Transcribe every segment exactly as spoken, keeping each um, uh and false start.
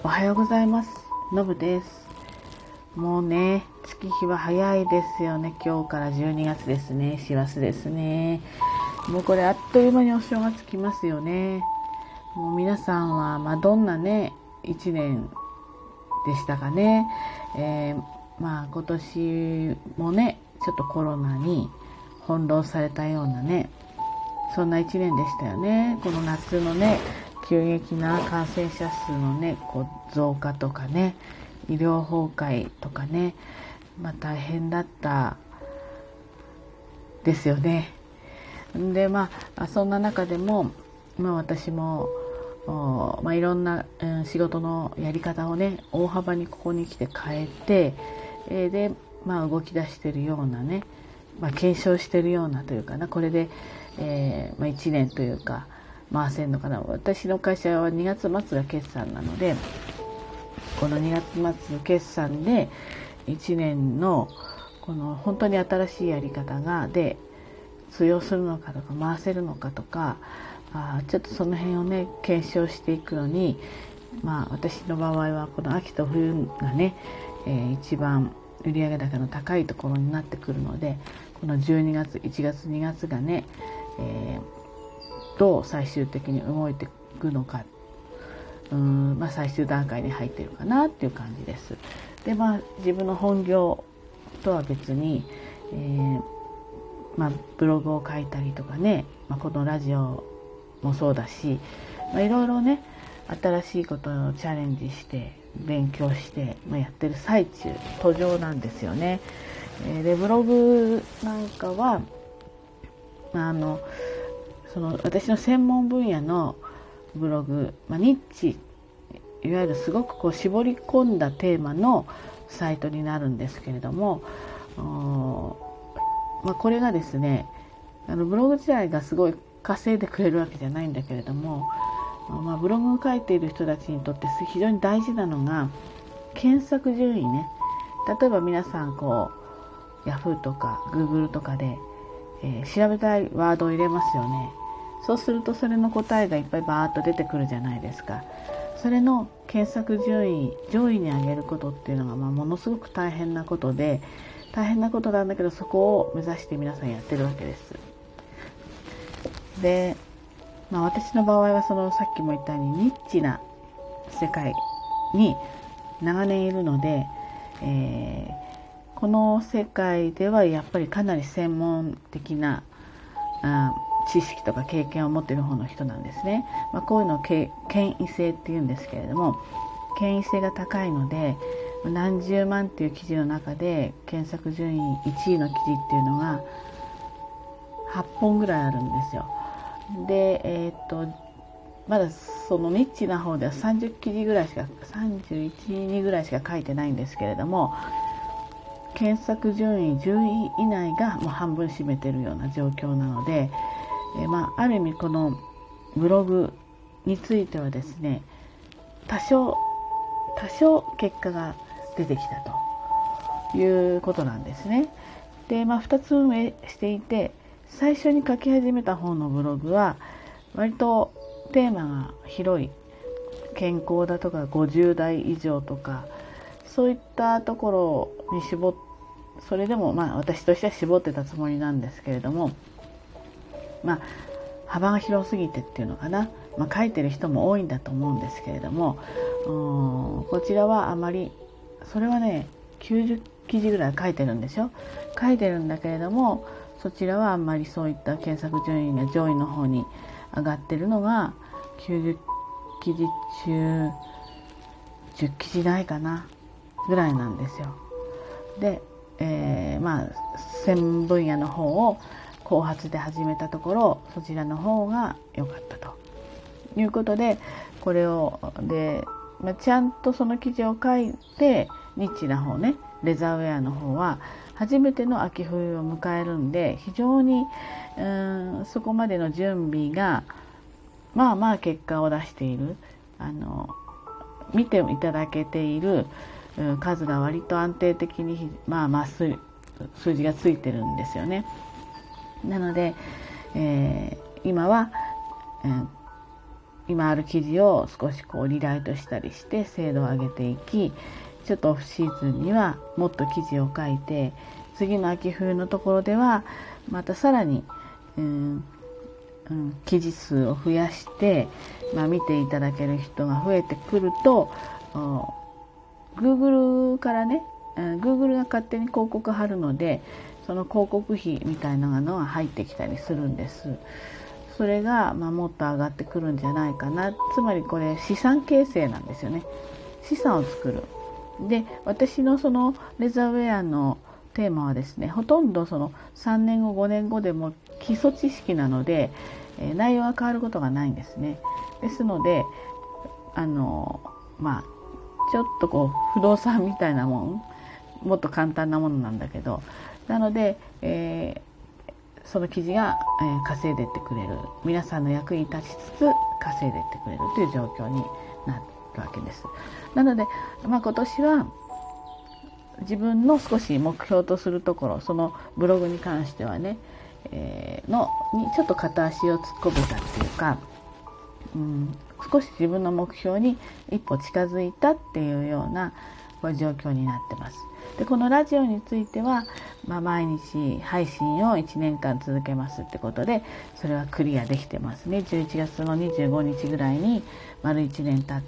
おはようございます。のぶです。もうね、月日は早いですよね。今日からじゅうにがつですね。師走ですね。もうこれあっという間にお正月来ますよね。もう皆さんは、まあ、どんなね、一年でしたかね。えー、まあ今年もね、ちょっとコロナに翻弄されたようなね、そんな一年でしたよね。この夏のね、急激な感染者数のね、こう増加とかね、医療崩壊とかね、まあ大変だったですよね。で、まあそんな中でも、まあ私も、まあ、いろんな、うん、仕事のやり方をね、大幅にここに来て変えて、えー、で、まあ動き出しているようなね、まあ検証しているようなというかな、これで、えーまあ、いちねんというか回せるのかな。私の会社はにがつまつが決算なので、このにがつまつの決算でいちねんのこの本当に新しいやり方がで通用するのかとか回せるのかとか、あちょっとその辺をね検証していくのに、まあ私の場合はこの秋と冬がね、えー、一番売上高の高いところになってくるので、このじゅうにがついちがつにがつがね、えー、どう最終的に動いていくのか、うーん、まあ、最終段階に入っているかなっていう感じです。で、まあ自分の本業とは別に、えーまあ、ブログを書いたりとかね、まあ、このラジオもそうだし、まあ、いろいろね新しいことをチャレンジして勉強して、まあ、やってる最中途上なんですよね。でブログなんかは、まあ、あのその私の専門分野のブログ、まあ、ニッチいわゆるすごくこう絞り込んだテーマのサイトになるんですけれども、まあ、これがですね、あのブログ自体がすごい稼いでくれるわけじゃないんだけれども、まあ、ブログを書いている人たちにとって非常に大事なのが検索順位ね。例えば皆さんこう ヤフー とか グーグル とかで、えー、調べたいワードを入れますよね。そうするとそれの答えがいっぱいバーッと出てくるじゃないですか。それの検索順位上位に上げることっていうのが、まあ、ものすごく大変なことで大変なことなんだけど、そこを目指して皆さんやってるわけです。で、まあ、私の場合はそのさっきも言ったようにニッチな世界に長年いるので、えー、この世界ではやっぱりかなり専門的なあ知識とか経験を持っている方の人なんですね。まあ、こういうのを権威性っていうんですけれども、権威性が高いので何十万っていう記事の中で検索順位いちいの記事っていうのがはっぽんぐらいあるんですよ。で、えー、っとまだそのニッチな方ではさんじゅうきじぐらいしかさんじゅういち、にぐらいしか書いてないんですけれども、検索順位じゅうい以内がもう半分占めているような状況なので、えーまあ、ある意味このブログについてはですね、多少多少結果が出てきたということなんですね。で、まあ、ふたつ運営していて、最初に書き始めた方のブログは割とテーマが広い、健康だとかごじゅうだい以上とかそういったところに絞っそれでもまあ私としては絞ってたつもりなんですけれども、まあ幅が広すぎてっていうのかな、まあ、書いてる人も多いんだと思うんですけれども、こちらはあまり、それはねきゅうじゅうきじぐらい書いてるんでしょ書いてるんだけれども、そちらはあんまりそういった検索順位が上位の方に上がってるのがきゅうじゅうきじ中じゅっきじないかなぐらいなんですよ。で、えー、まあ専門分野の方を後発で始めたところ、そちらの方が良かったということで、これをで、まあ、ちゃんとその記事を書いてニッチな方ね、レザーウェアの方は初めての秋冬を迎えるんで、非常にうーんそこまでの準備がまあまあ結果を出している、あの見ていただけている数が割と安定的にまあまあ数字がついてるんですよね。なので、えー、今は、えー今ある生地を少しこうリライトしたりして精度を上げていき、ちょっとオフシーズンにはもっと生地を描いて、次の秋冬のところではまたさらに、うんうん、生地数を増やして、まあ、見ていただける人が増えてくると、Google からね、Google が勝手に広告貼るので、その広告費みたいなのが入ってきたりするんです。それが、まあ、もっと上がってくるんじゃないかな。つまりこれ資産形成なんですよね。資産を作る。で、私のそのレザーウェアのテーマはですね、ほとんどそのさんねんごごねんごでも基礎知識なので、えー、内容は変わることがないんですね。ですので、あのまあちょっとこう不動産みたいなもん、もっと簡単なものなんだけど、なので、えー、その記事が、えー、稼いでってくれる、皆さんの役に立ちつつ稼いでってくれるという状況になるわけです。なので、まあ、今年は自分の少し目標とするところ、そのブログに関してはね、えー、のにちょっと片足を突っ込めたっていうか、うん、少し自分の目標に一歩近づいたっていうようなこういう状況になってます。で、このラジオについては、まあ、毎日配信をいちねんかん続けますってことで、それはクリアできてますね。じゅういちがつのにじゅうごにちぐらいに丸いちねん経って、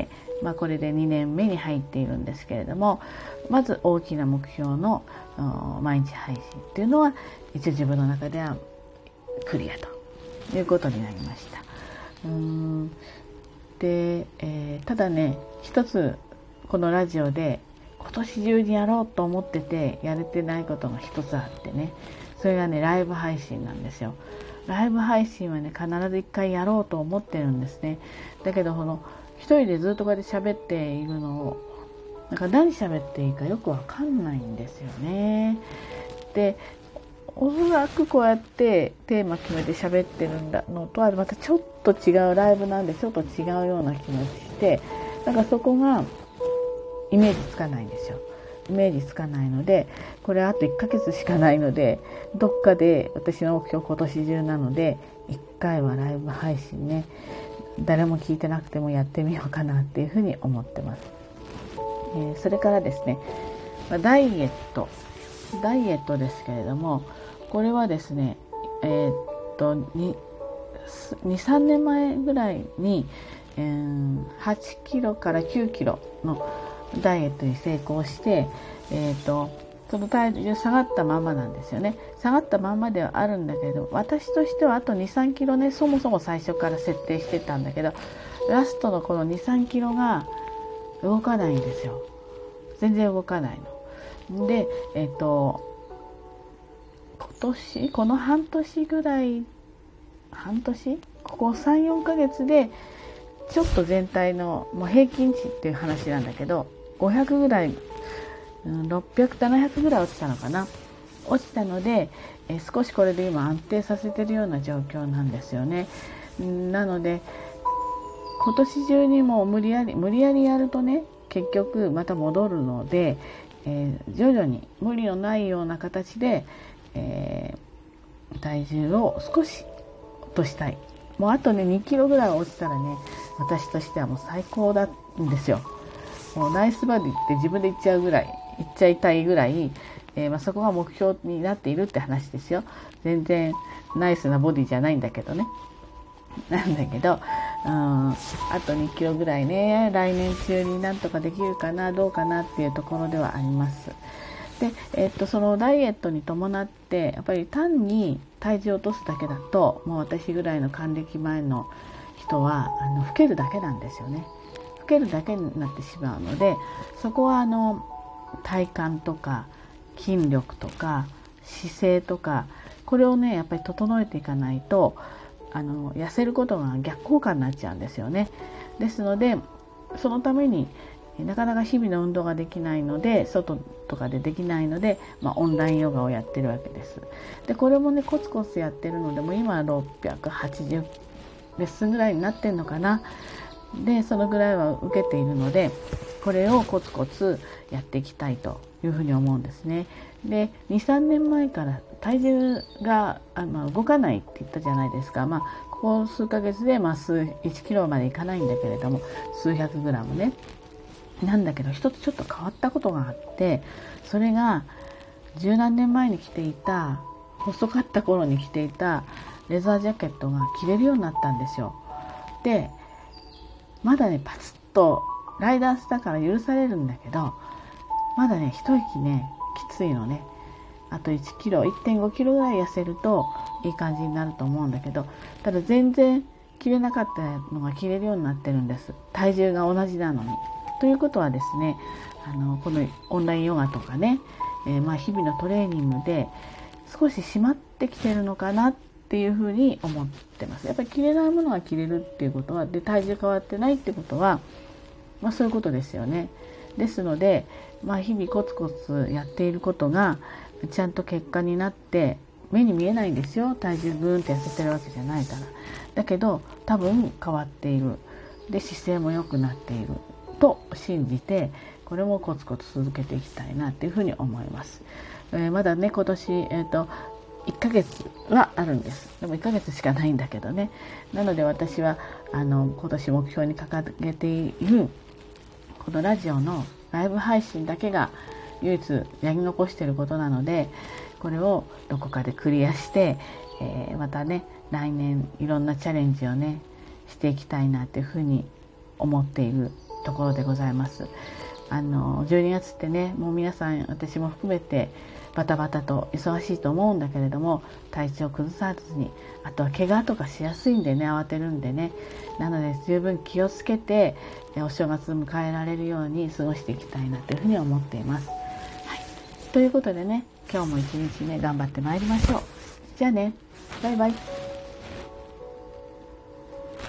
まあ、これでにねんめに入っているんですけれども、まず大きな目標の毎日配信っていうのは一応自分の中ではクリアということになりました。うーんで、えー、ただね、一つこのラジオで今年中にやろうと思っててやれてないことが一つあってね、それがね、ライブ配信なんですよ。ライブ配信はね、必ず一回やろうと思ってるんですね。だけどこの一人でずっとこうやって喋っているのを、なんか何喋っていいかよくわかんないんですよね。で、おそらくこうやってテーマ決めて喋ってるんだのとはまたちょっと違う、ライブなんでちょっと違うような気がして、なんかそこがイメージつかないんですよ。イメージつかないので、これあといっかげつしかないので、どっかで私の目標今年中なので、いっかいはライブ配信ね、誰も聞いてなくてもやってみようかなっていうふうに思ってます。えー、それからですね、ダイエットダイエットですけれども、これはですね、えー、っとに、さんねんまえぐらいに、えー、はちキロからきゅうキロのダイエットに成功して、えー、っとその体重下がったままなんですよね。下がったままではあるんだけど、私としてはあとに、さんキロね、そもそも最初から設定してたんだけど、ラストのこのに、さんキロが動かないんですよ。全然動かないので、えっと今年この半年ぐらい半年ここ さん,よん ヶ月でちょっと全体のもう平均値っていう話なんだけど、ごひゃくぐらい、ろっぴゃく、ななひゃくぐらい落ちたのかな。落ちたので、え少しこれで今安定させてるような状況なんですよね。なので今年中にもう無理やり無理やりやるとね、結局また戻るので、えー、徐々に無理のないような形で、えー、体重を少し落としたい。もうあとねにキロぐらい落ちたらね、私としてはもう最高なんですよ。もうナイスバディって自分で言っちゃうぐらい言っちゃいたいぐらい、えーまあ、そこが目標になっているって話ですよ。全然ナイスなボディじゃないんだけどね。なんだけど、うん、あとにキロぐらいね、来年中になんとかできるかなどうかなっていうところではあります。で、えっと、そのダイエットに伴ってやっぱり単に体重を落とすだけだと、もう私ぐらいの還暦前の人はあの老けるだけなんですよね。老けるだけになってしまうので、そこはあの体幹とか筋力とか姿勢とか、これをねやっぱり整えていかないと、あの痩せることが逆効果になっちゃうんですよね。ですのでそのためになかなか日々の運動ができないので、外とかでできないので、まあ、オンラインヨガをやってるわけです。でこれもねコツコツやってるので、もう今はろっぴゃくはちじゅうレッスンぐらいになってんのかな。でそのぐらいは受けているので、これをコツコツやっていきたいというふうに思うんですね。でに、さんねんまえから体重があの動かないって言ったじゃないですか。まあ、 ここ数ヶ月でまあ数いちキロまでいかないんだけれども、数百グラムね。なんだけど一つちょっと変わったことがあって、それが十何年前に着ていた、細かった頃に着ていたレザージャケットが着れるようになったんですよ。で、まだねパツッとライダースだから許されるんだけど、まだね一息ねきついのね。あといちキロ いってんごキロぐらい痩せるといい感じになると思うんだけど、ただ全然着れなかったのが着れるようになってるんです。体重が同じなのに。ということはですね、あのこのオンラインヨガとかね、えー、まあ日々のトレーニングで少し締まってきてるのかなっていうふうに思ってます。やっぱり着れないものが着れるっていうことは、で体重変わってないってことは、まあそういうことですよね。ですので、まあ日々コツコツやっていることがちゃんと結果になって、目に見えないんですよ。体重ブーンって痩せてるわけじゃないから。だけど多分変わっている。で姿勢も良くなっていると信じて、これもコツコツ続けていきたいなっていうふうに思います。えー、まだね今年、えーと、いっかげつはあるんです。でもいっかげつしかないんだけどね。なので私はあの今年目標に掲げているこのラジオのライブ配信だけが唯一やり残していることなので、これをどこかでクリアして、えー、またね来年いろんなチャレンジをねしていきたいなっていうふうに思っているところでございます。あのじゅうにがつってね、もう皆さん私も含めてバタバタと忙しいと思うんだけれども、体調崩さずに、あとは怪我とかしやすいんでね、慌てるんでね、なので十分気をつけてお正月を迎えられるように過ごしていきたいなというふうに思っています。はい、ということでね、今日も一日ね頑張ってまいりましょう。じゃあね、バイバイ。